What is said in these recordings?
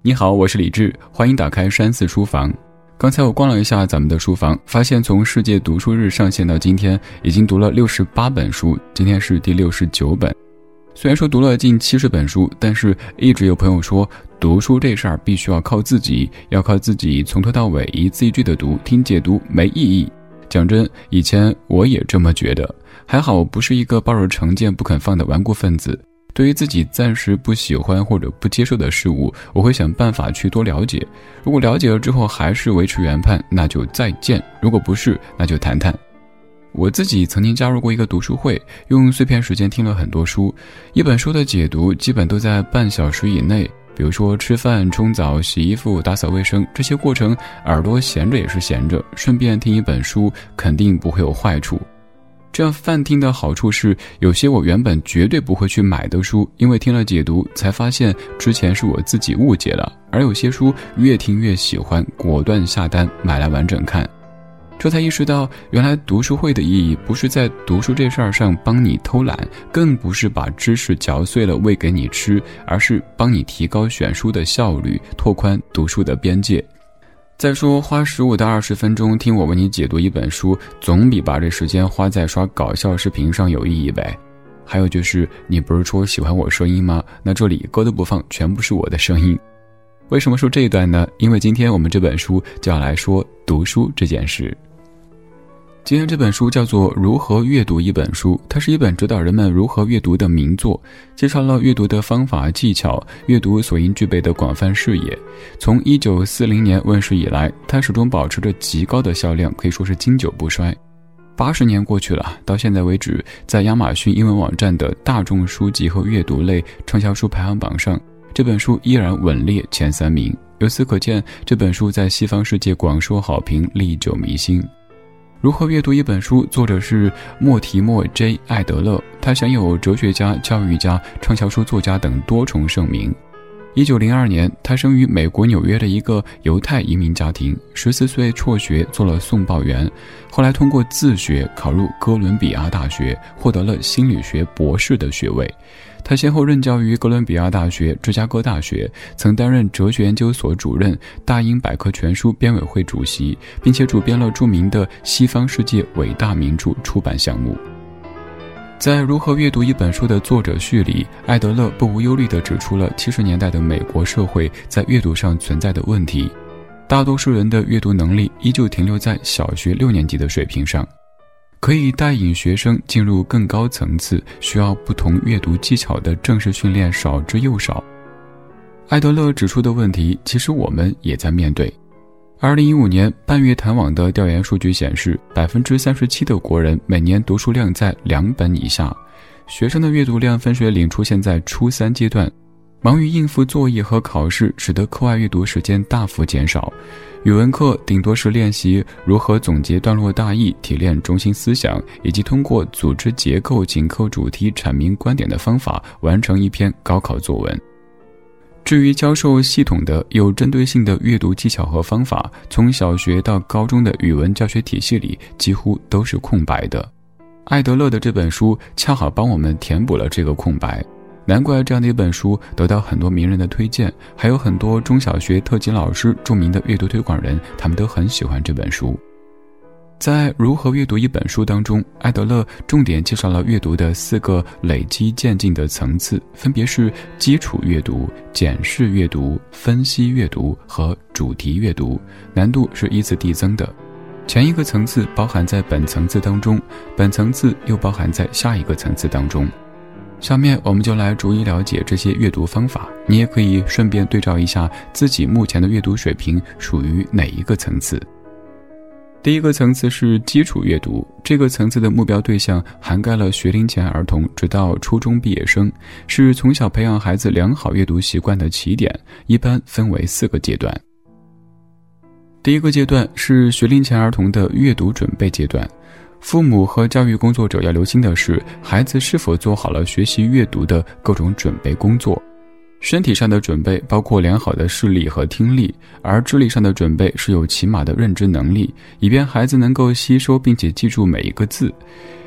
你好，我是李志，欢迎打开山寺书房。刚才我逛了一下咱们的书房，发现从世界读书日上线到今天，已经读了68本书，今天是第69本。虽然说读了近70本书，但是一直有朋友说，读书这事儿必须要靠自己，要靠自己从头到尾一字一句的读，听解读没意义。讲真，以前我也这么觉得，还好我不是一个抱着成见不肯放的顽固分子。对于自己暂时不喜欢或者不接受的事物，我会想办法去多了解。如果了解了之后还是维持原判，那就再见；如果不是，那就谈谈。我自己曾经加入过一个读书会，用碎片时间听了很多书，一本书的解读基本都在半小时以内。比如说吃饭、冲澡、洗衣服、打扫卫生，这些过程耳朵闲着也是闲着，顺便听一本书肯定不会有坏处。这样泛听的好处是，有些我原本绝对不会去买的书，因为听了解读才发现之前是我自己误解了，而有些书越听越喜欢，果断下单买来完整看。这才意识到，原来读书会的意义不是在读书这事儿上帮你偷懒，更不是把知识嚼碎了喂给你吃，而是帮你提高选书的效率，拓宽读书的边界。再说花15到20分钟听我为你解读一本书，总比把这时间花在刷搞笑视频上有意义呗。还有就是，你不是说喜欢我声音吗？那这里歌都不放，全部是我的声音。为什么说这一段呢？因为今天我们这本书就要来说读书这件事。今天这本书叫做《如何阅读一本书》，它是一本指导人们如何阅读的名作，介绍了阅读的方法技巧，阅读所应具备的广泛视野。从1940年问世以来，它始终保持着极高的销量，可以说是经久不衰。80年过去了，到现在为止，在亚马逊英文网站的大众书籍和阅读类畅销书排行榜上，这本书依然稳列前3名。由此可见，这本书在西方世界广受好评，历久弥新。如何阅读一本书，作者是莫提莫 ·J· 艾德勒，他享有哲学家、教育家、畅销书作家等多重盛名。1902年，他生于美国纽约的一个犹太移民家庭，14岁辍学做了送报员，后来通过自学考入哥伦比亚大学，获得了心理学博士的学位。他先后任教于哥伦比亚大学、芝加哥大学，曾担任哲学研究所主任、大英百科全书编委会主席，并且主编了著名的西方世界伟大名著出版项目。在《如何阅读一本书》的作者序里，艾德勒不无忧虑地指出了70年代的美国社会在阅读上存在的问题。大多数人的阅读能力依旧停留在小学6年级的水平上，可以带引学生进入更高层次，需要不同阅读技巧的正式训练少之又少。艾德勒指出的问题，其实我们也在面对。2015年半月谈网的调研数据显示，37%的国人每年读书量在2本以下。学生的阅读量分水岭出现在初3阶段，忙于应付作业和考试，使得课外阅读时间大幅减少。语文课顶多是练习如何总结段落大意、提炼中心思想，以及通过组织结构、紧扣主题、阐明观点的方法完成一篇高考作文。至于教授系统的、有针对性的阅读技巧和方法，从小学到高中的语文教学体系里几乎都是空白的。艾德勒的这本书恰好帮我们填补了这个空白，难怪这样的一本书得到很多名人的推荐，还有很多中小学特级老师、著名的阅读推广人，他们都很喜欢这本书。在《如何阅读一本书》当中，艾德勒重点介绍了阅读的4个累积渐进的层次，分别是基础阅读、检视阅读、分析阅读和主题阅读，难度是依次递增的。前一个层次包含在本层次当中，本层次又包含在下一个层次当中。下面我们就来逐一了解这些阅读方法，你也可以顺便对照一下自己目前的阅读水平属于哪一个层次。第一个层次是基础阅读，这个层次的目标对象涵盖了学龄前儿童直到初中毕业生，是从小培养孩子良好阅读习惯的起点，一般分为4个阶段。第一个阶段是学龄前儿童的阅读准备阶段，父母和教育工作者要留心的是，孩子是否做好了学习阅读的各种准备工作。身体上的准备包括良好的视力和听力，而智力上的准备是有起码的认知能力，以便孩子能够吸收并且记住每一个字。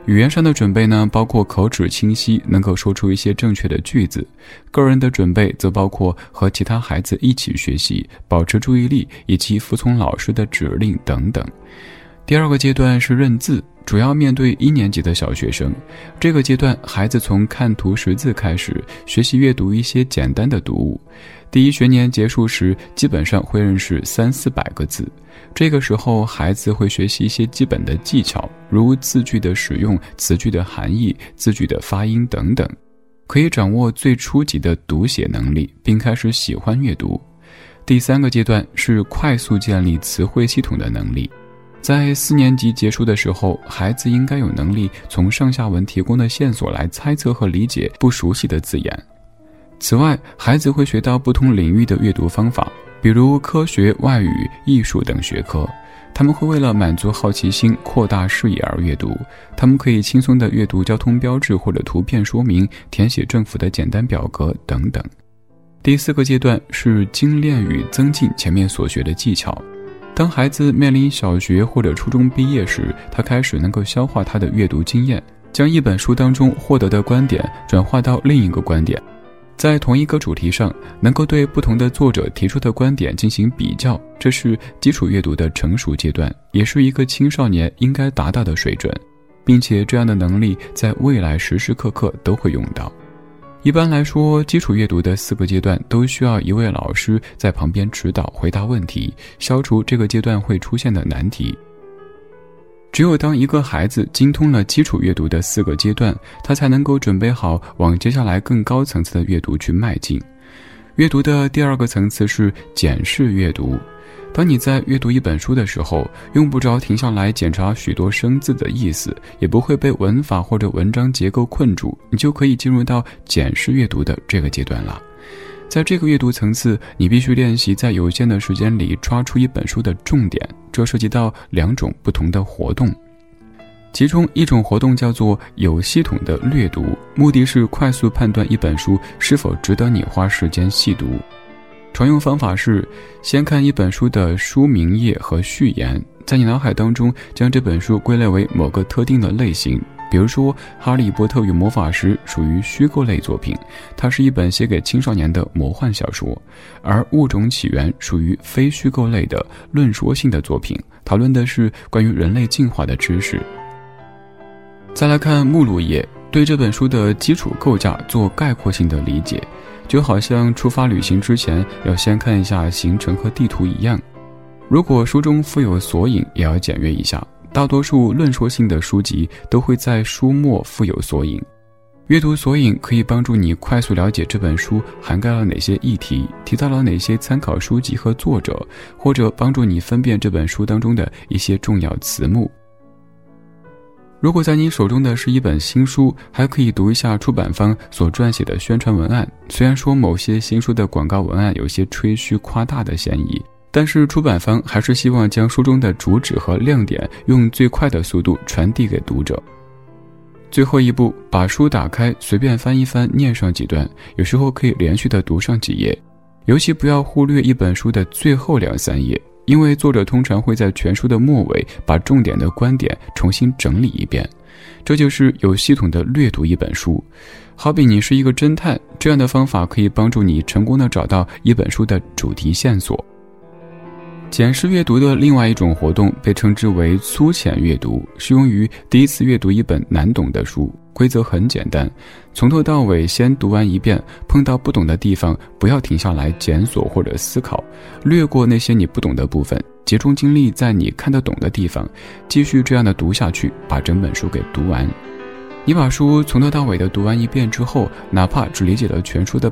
语言上的准备呢，包括口齿清晰，能够说出一些正确的句子；个人的准备则包括和其他孩子一起学习，保持注意力，以及服从老师的指令等等。第二个阶段是认字，主要面对1年级的小学生。这个阶段，孩子从看图识字开始，学习阅读一些简单的读物。第1学年结束时，基本上会认识300-400个字。这个时候，孩子会学习一些基本的技巧，如字句的使用、词句的含义、字句的发音等等，可以掌握最初级的读写能力，并开始喜欢阅读。第3个阶段是快速建立词汇系统的能力。在4年级结束的时候，孩子应该有能力从上下文提供的线索来猜测和理解不熟悉的字眼。此外，孩子会学到不同领域的阅读方法，比如科学、外语、艺术等学科。他们会为了满足好奇心、扩大视野而阅读。他们可以轻松地阅读交通标志或者图片说明，填写政府的简单表格等等。第4个阶段是精炼与增进前面所学的技巧。当孩子面临小学或者初中毕业时，他开始能够消化他的阅读经验，将一本书当中获得的观点转化到另一个观点，在同一个主题上能够对不同的作者提出的观点进行比较，这是基础阅读的成熟阶段，也是一个青少年应该达到的水准，并且这样的能力在未来时时刻刻都会用到。一般来说，基础阅读的4个阶段都需要一位老师在旁边指导回答问题，消除这个阶段会出现的难题。只有当一个孩子精通了基础阅读的4个阶段，他才能够准备好往接下来更高层次的阅读去迈进。阅读的第2个层次是检视阅读。当你在阅读一本书的时候，用不着停下来检查许多生字的意思，也不会被文法或者文章结构困住，你就可以进入到检视阅读的这个阶段了。在这个阅读层次，你必须练习在有限的时间里抓出一本书的重点，这涉及到2种不同的活动。其中一种活动叫做有系统的略读，目的是快速判断一本书是否值得你花时间细读。常用方法是先看一本书的书名页和序言，在你脑海当中将这本书归类为某个特定的类型，比如说《哈利波特与魔法石》属于虚构类作品，它是一本写给青少年的魔幻小说，而《物种起源》属于非虚构类的论说性的作品，讨论的是关于人类进化的知识。再来看目录页，对这本书的基础构架做概括性的理解，就好像出发旅行之前要先看一下行程和地图一样。如果书中附有索引，也要检阅一下，大多数论说性的书籍都会在书末附有索引。阅读索引可以帮助你快速了解这本书涵盖了哪些议题，提到了哪些参考书籍和作者，或者帮助你分辨这本书当中的一些重要词目。如果在你手中的是一本新书，还可以读一下出版方所撰写的宣传文案。虽然说某些新书的广告文案有些吹嘘夸大的嫌疑，但是出版方还是希望将书中的主旨和亮点用最快的速度传递给读者。最后一步，把书打开，随便翻一翻，念上几段，有时候可以连续的读上几页。尤其不要忽略一本书的最后2-3页，因为作者通常会在全书的末尾把重点的观点重新整理一遍，这就是有系统的略读一本书。好比你是一个侦探，这样的方法可以帮助你成功的找到一本书的主题线索。检视阅读的另外一种活动被称之为粗浅阅读，适用于第一次阅读一本难懂的书。规则很简单，从头到尾先读完一遍，碰到不懂的地方不要停下来检索或者思考，略过那些你不懂的部分，集中精力在你看得懂的地方，继续这样的读下去，把整本书给读完。你把书从头到尾的读完一遍之后，哪怕只理解了全书的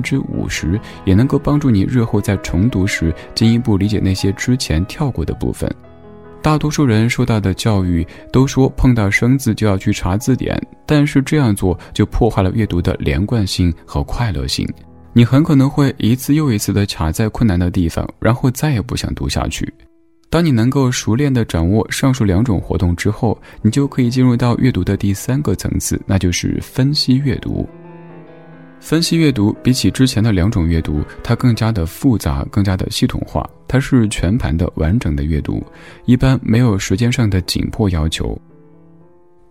50%，也能够帮助你日后在重读时进一步理解那些之前跳过的部分。大多数人受到的教育都说碰到生字就要去查字典，但是这样做就破坏了阅读的连贯性和快乐性。你很可能会一次又一次地卡在困难的地方，然后再也不想读下去。当你能够熟练地掌握上述2种活动之后，你就可以进入到阅读的第3个层次，那就是分析阅读。分析阅读比起之前的2种阅读，它更加的复杂，更加的系统化，它是全盘的完整的阅读，一般没有时间上的紧迫要求。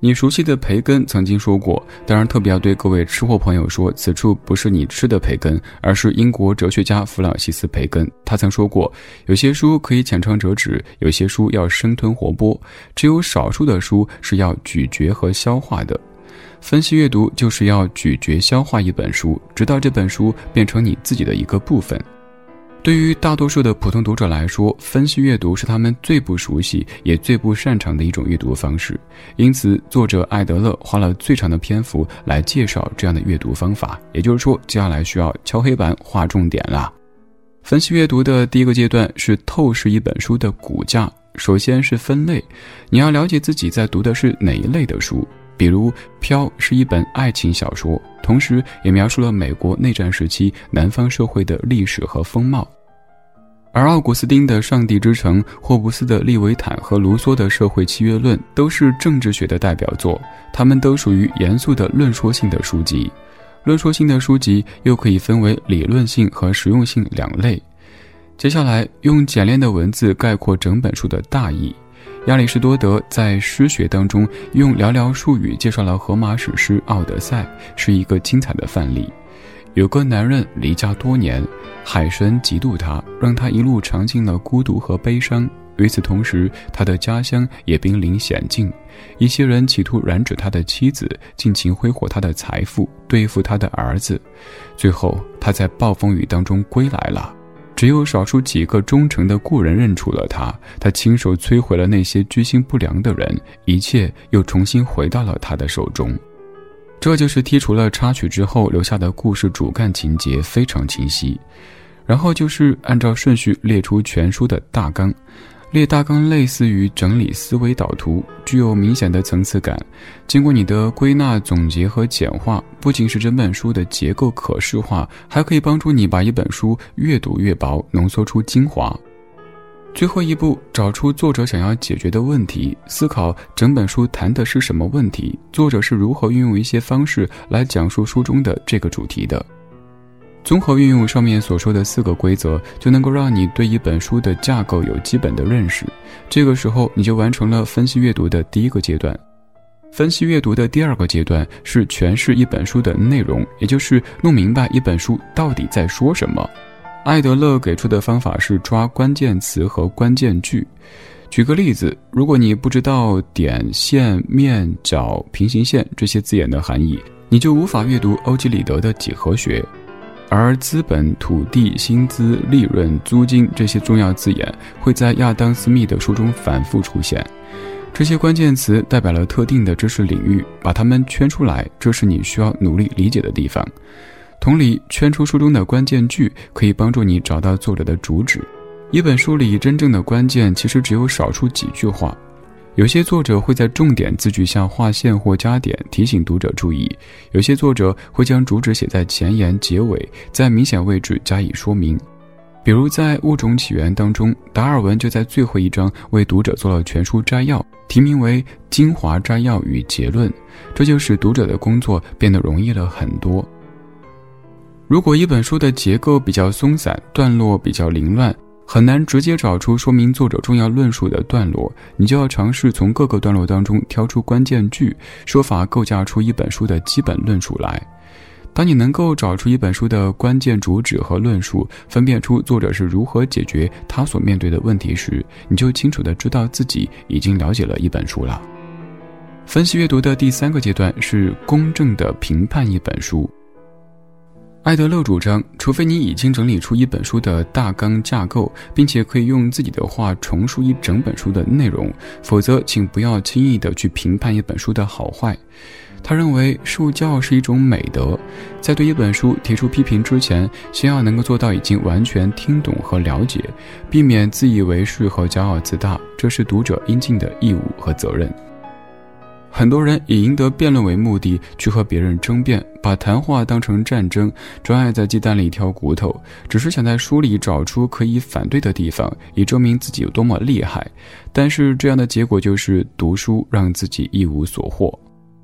你熟悉的培根曾经说过，当然特别要对各位吃货朋友说，此处不是你吃的培根，而是英国哲学家弗朗西斯·培根。他曾说过，有些书可以浅尝辄止，有些书要生吞活剥，只有少数的书是要咀嚼和消化的。分析阅读就是要咀嚼消化一本书，直到这本书变成你自己的一个部分。对于大多数的普通读者来说，分析阅读是他们最不熟悉也最不擅长的一种阅读方式，因此作者艾德勒花了最长的篇幅来介绍这样的阅读方法。也就是说，接下来需要敲黑板划重点了。分析阅读的第一个阶段是透视一本书的骨架，首先是分类，你要了解自己在读的是哪一类的书。比如《飘》是一本爱情小说，同时也描述了美国内战时期南方社会的历史和风貌。而奥古斯丁的《上帝之城》、霍布斯的《利维坦》和卢梭的《社会契约论》都是政治学的代表作，它们都属于严肃的论说性的书籍。论说性的书籍又可以分为理论性和实用性两类。接下来用简练的文字概括整本书的大意。亚里士多德在诗学当中用寥寥数语介绍了荷马史诗《奥德赛》，是一个精彩的范例。有个男人离家多年，海神嫉妒他，让他一路尝尽了孤独和悲伤。与此同时，他的家乡也濒临险境，一些人企图染指他的妻子，尽情挥霍他的财富，对付他的儿子。最后他在暴风雨当中归来了，只有少数几个忠诚的故人认出了他，他亲手摧毁了那些居心不良的人，一切又重新回到了他的手中。这就是剔除了插曲之后留下的故事主干情节非常清晰。然后就是按照顺序列出全书的大纲，列大纲类似于整理思维导图，具有明显的层次感。经过你的归纳总结和简化，不仅使这本书的结构可视化，还可以帮助你把一本书越读越薄，浓缩出精华。最后一步，找出作者想要解决的问题，思考整本书谈的是什么问题，作者是如何运用一些方式来讲述书中的这个主题的。综合运用上面所说的4个规则，就能够让你对一本书的架构有基本的认识。这个时候你就完成了分析阅读的第一个阶段。分析阅读的第二个阶段是诠释一本书的内容，也就是弄明白一本书到底在说什么。艾德勒给出的方法是抓关键词和关键句。举个例子，如果你不知道点、线、面、角、平行线这些字眼的含义，你就无法阅读欧几里得的几何学。而资本、土地、薪资、利润、租金这些重要字眼会在亚当·斯密的书中反复出现。这些关键词代表了特定的知识领域，把它们圈出来，这是你需要努力理解的地方。同理，圈出书中的关键句可以帮助你找到作者的主旨。一本书里真正的关键其实只有少数几句话，有些作者会在重点字句下划线或加点，提醒读者注意；有些作者会将主旨写在前言、结尾，在明显位置加以说明。比如在《物种起源》当中，达尔文就在最后一章为读者做了全书摘要，题名为《精华摘要与结论》，这就使读者的工作变得容易了很多。如果一本书的结构比较松散，段落比较凌乱，很难直接找出说明作者重要论述的段落，你就要尝试从各个段落当中挑出关键句，说法构架出一本书的基本论述来。当你能够找出一本书的关键主旨和论述，分辨出作者是如何解决他所面对的问题时，你就清楚地知道自己已经了解了一本书了。分析阅读的第3个阶段是公正地评判一本书。艾德勒主张，除非你已经整理出一本书的大纲架构，并且可以用自己的话重述一整本书的内容，否则请不要轻易地去评判一本书的好坏。他认为受教是一种美德，在对一本书提出批评之前，先要能够做到已经完全听懂和了解，避免自以为是和骄傲自大，这是读者应尽的义务和责任。很多人以赢得辩论为目的去和别人争辩，把谈话当成战争，专爱在鸡蛋里挑骨头，只是想在书里找出可以反对的地方，以证明自己有多么厉害。但是这样的结果就是读书让自己一无所获。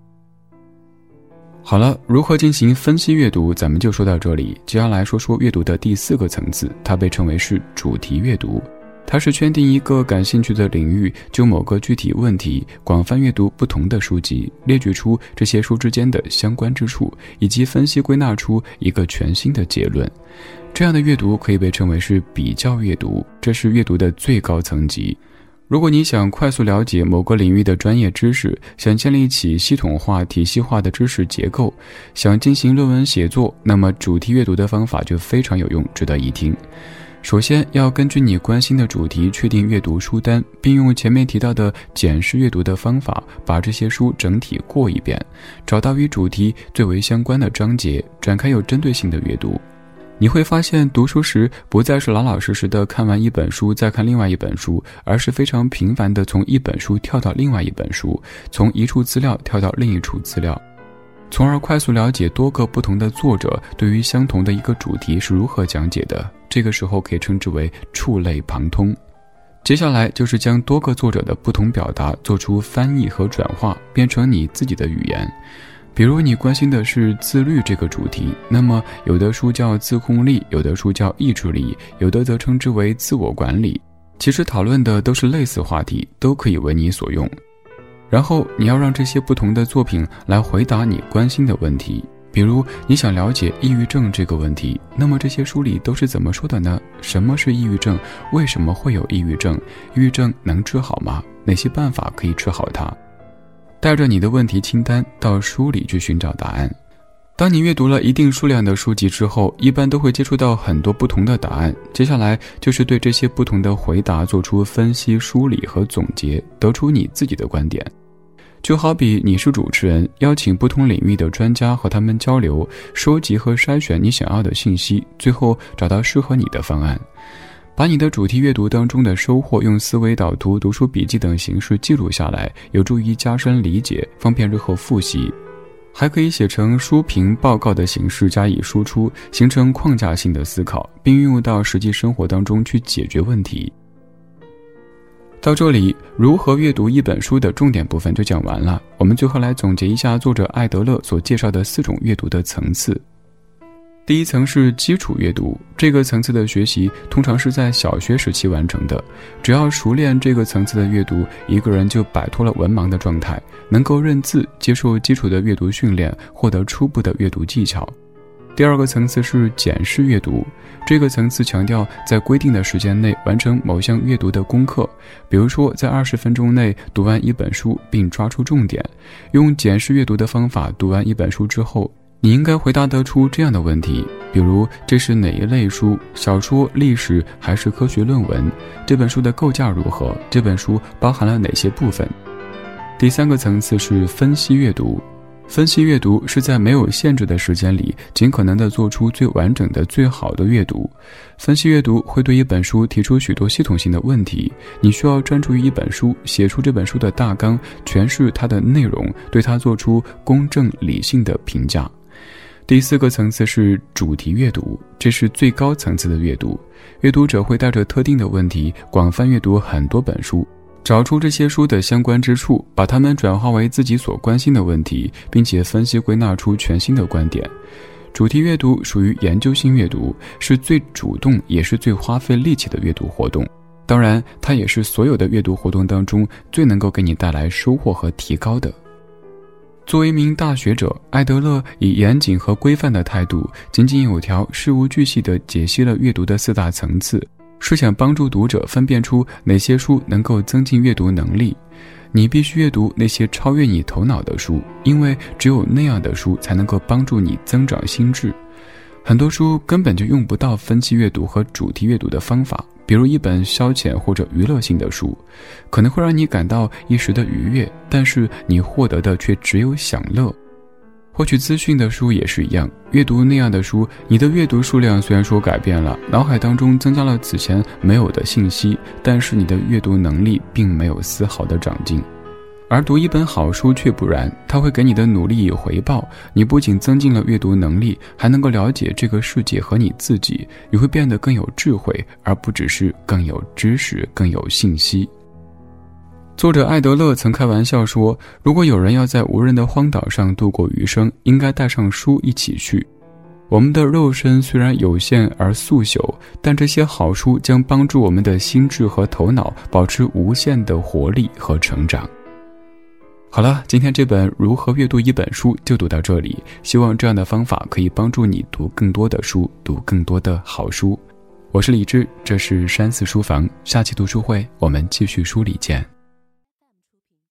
好了，如何进行分析阅读咱们就说到这里，接下来说说阅读的第4个层次，它被称为是主题阅读。 它是圈定一个感兴趣的领域，就某个具体问题广泛阅读不同的书籍，列举出这些书之间的相关之处，以及分析归纳出一个全新的结论。这样的阅读可以被称为是比较阅读，这是阅读的最高层级。如果你想快速了解某个领域的专业知识，想建立起系统化、体系化的知识结构，想进行论文写作，那么主题阅读的方法就非常有用，值得一听。首先要根据你关心的主题确定阅读书单，并用前面提到的检视阅读的方法把这些书整体过一遍，找到与主题最为相关的章节，展开有针对性的阅读。你会发现读书时不再是老老实实的看完一本书再看另外一本书，而是非常频繁的从一本书跳到另外一本书，从一处资料跳到另一处资料，从而快速了解多个不同的作者对于相同的一个主题是如何讲解的。这个时候可以称之为触类旁通。接下来就是将多个作者的不同表达做出翻译和转化，变成你自己的语言。比如你关心的是自律这个主题，那么有的书叫自控力，有的书叫意志力，有的则称之为自我管理。其实讨论的都是类似话题，都可以为你所用。然后你要让这些不同的作品来回答你关心的问题。比如你想了解抑郁症这个问题，那么这些书里都是怎么说的呢？什么是抑郁症？为什么会有抑郁症？抑郁症能治好吗？哪些办法可以治好它？带着你的问题清单到书里去寻找答案。当你阅读了一定数量的书籍之后，一般都会接触到很多不同的答案，接下来就是对这些不同的回答做出分析、梳理和总结，得出你自己的观点。就好比你是主持人，邀请不同领域的专家和他们交流，收集和筛选你想要的信息，最后找到适合你的方案。把你的主题阅读当中的收获用思维导图、读书笔记等形式记录下来，有助于加深理解，方便日后复习。还可以写成书评报告的形式加以输出，形成框架性的思考，并运用到实际生活当中去解决问题。到这里，如何阅读一本书的重点部分就讲完了。我们最后来总结一下作者艾德勒所介绍的4种阅读的层次。第一层是基础阅读，这个层次的学习通常是在小学时期完成的。只要熟练这个层次的阅读，一个人就摆脱了文盲的状态，能够认字，接受基础的阅读训练，获得初步的阅读技巧。第二个层次是检视阅读，这个层次强调在规定的时间内完成某项阅读的功课，比如说在20分钟内读完一本书并抓出重点。用检视阅读的方法读完一本书之后，你应该回答得出这样的问题，比如这是哪一类书，小说、历史还是科学论文？这本书的构架如何？这本书包含了哪些部分？第三个层次是分析阅读，分析阅读是在没有限制的时间里，尽可能地做出最完整的、最好的阅读。分析阅读会对一本书提出许多系统性的问题，你需要专注于一本书，写出这本书的大纲，诠释它的内容，对它做出公正理性的评价。第4个层次是主题阅读，这是最高层次的阅读。阅读者会带着特定的问题，广泛阅读很多本书，找出这些书的相关之处，把它们转化为自己所关心的问题，并且分析归纳出全新的观点。主题阅读属于研究性阅读，是最主动也是最花费力气的阅读活动。当然，它也是所有的阅读活动当中最能够给你带来收获和提高的。作为一名大学者，艾德勒以严谨和规范的态度，井井有条、事无巨细地解析了阅读的4大层次，是想帮助读者分辨出哪些书能够增进阅读能力。你必须阅读那些超越你头脑的书，因为只有那样的书才能够帮助你增长心智。很多书根本就用不到分析阅读和主题阅读的方法，比如一本消遣或者娱乐性的书，可能会让你感到一时的愉悦，但是你获得的却只有享乐。获取资讯的书也是一样，阅读那样的书，你的阅读数量虽然说改变了，脑海当中增加了此前没有的信息，但是你的阅读能力并没有丝毫的长进。而读一本好书却不然，它会给你的努力以回报，你不仅增进了阅读能力，还能够了解这个世界和你自己，你会变得更有智慧，而不只是更有知识、更有信息。作者艾德勒曾开玩笑说，如果有人要在无人的荒岛上度过余生，应该带上书一起去。 我们的肉身虽然有限而速朽，但这些好书将帮助我们的心智和头脑保持无限的活力和成长。好了，今天这本《如何阅读一本书》就读到这里，希望这样的方法可以帮助你读更多的书，读更多的好书。我是李志，这是山寺书房，下期读书会我们继续书里见。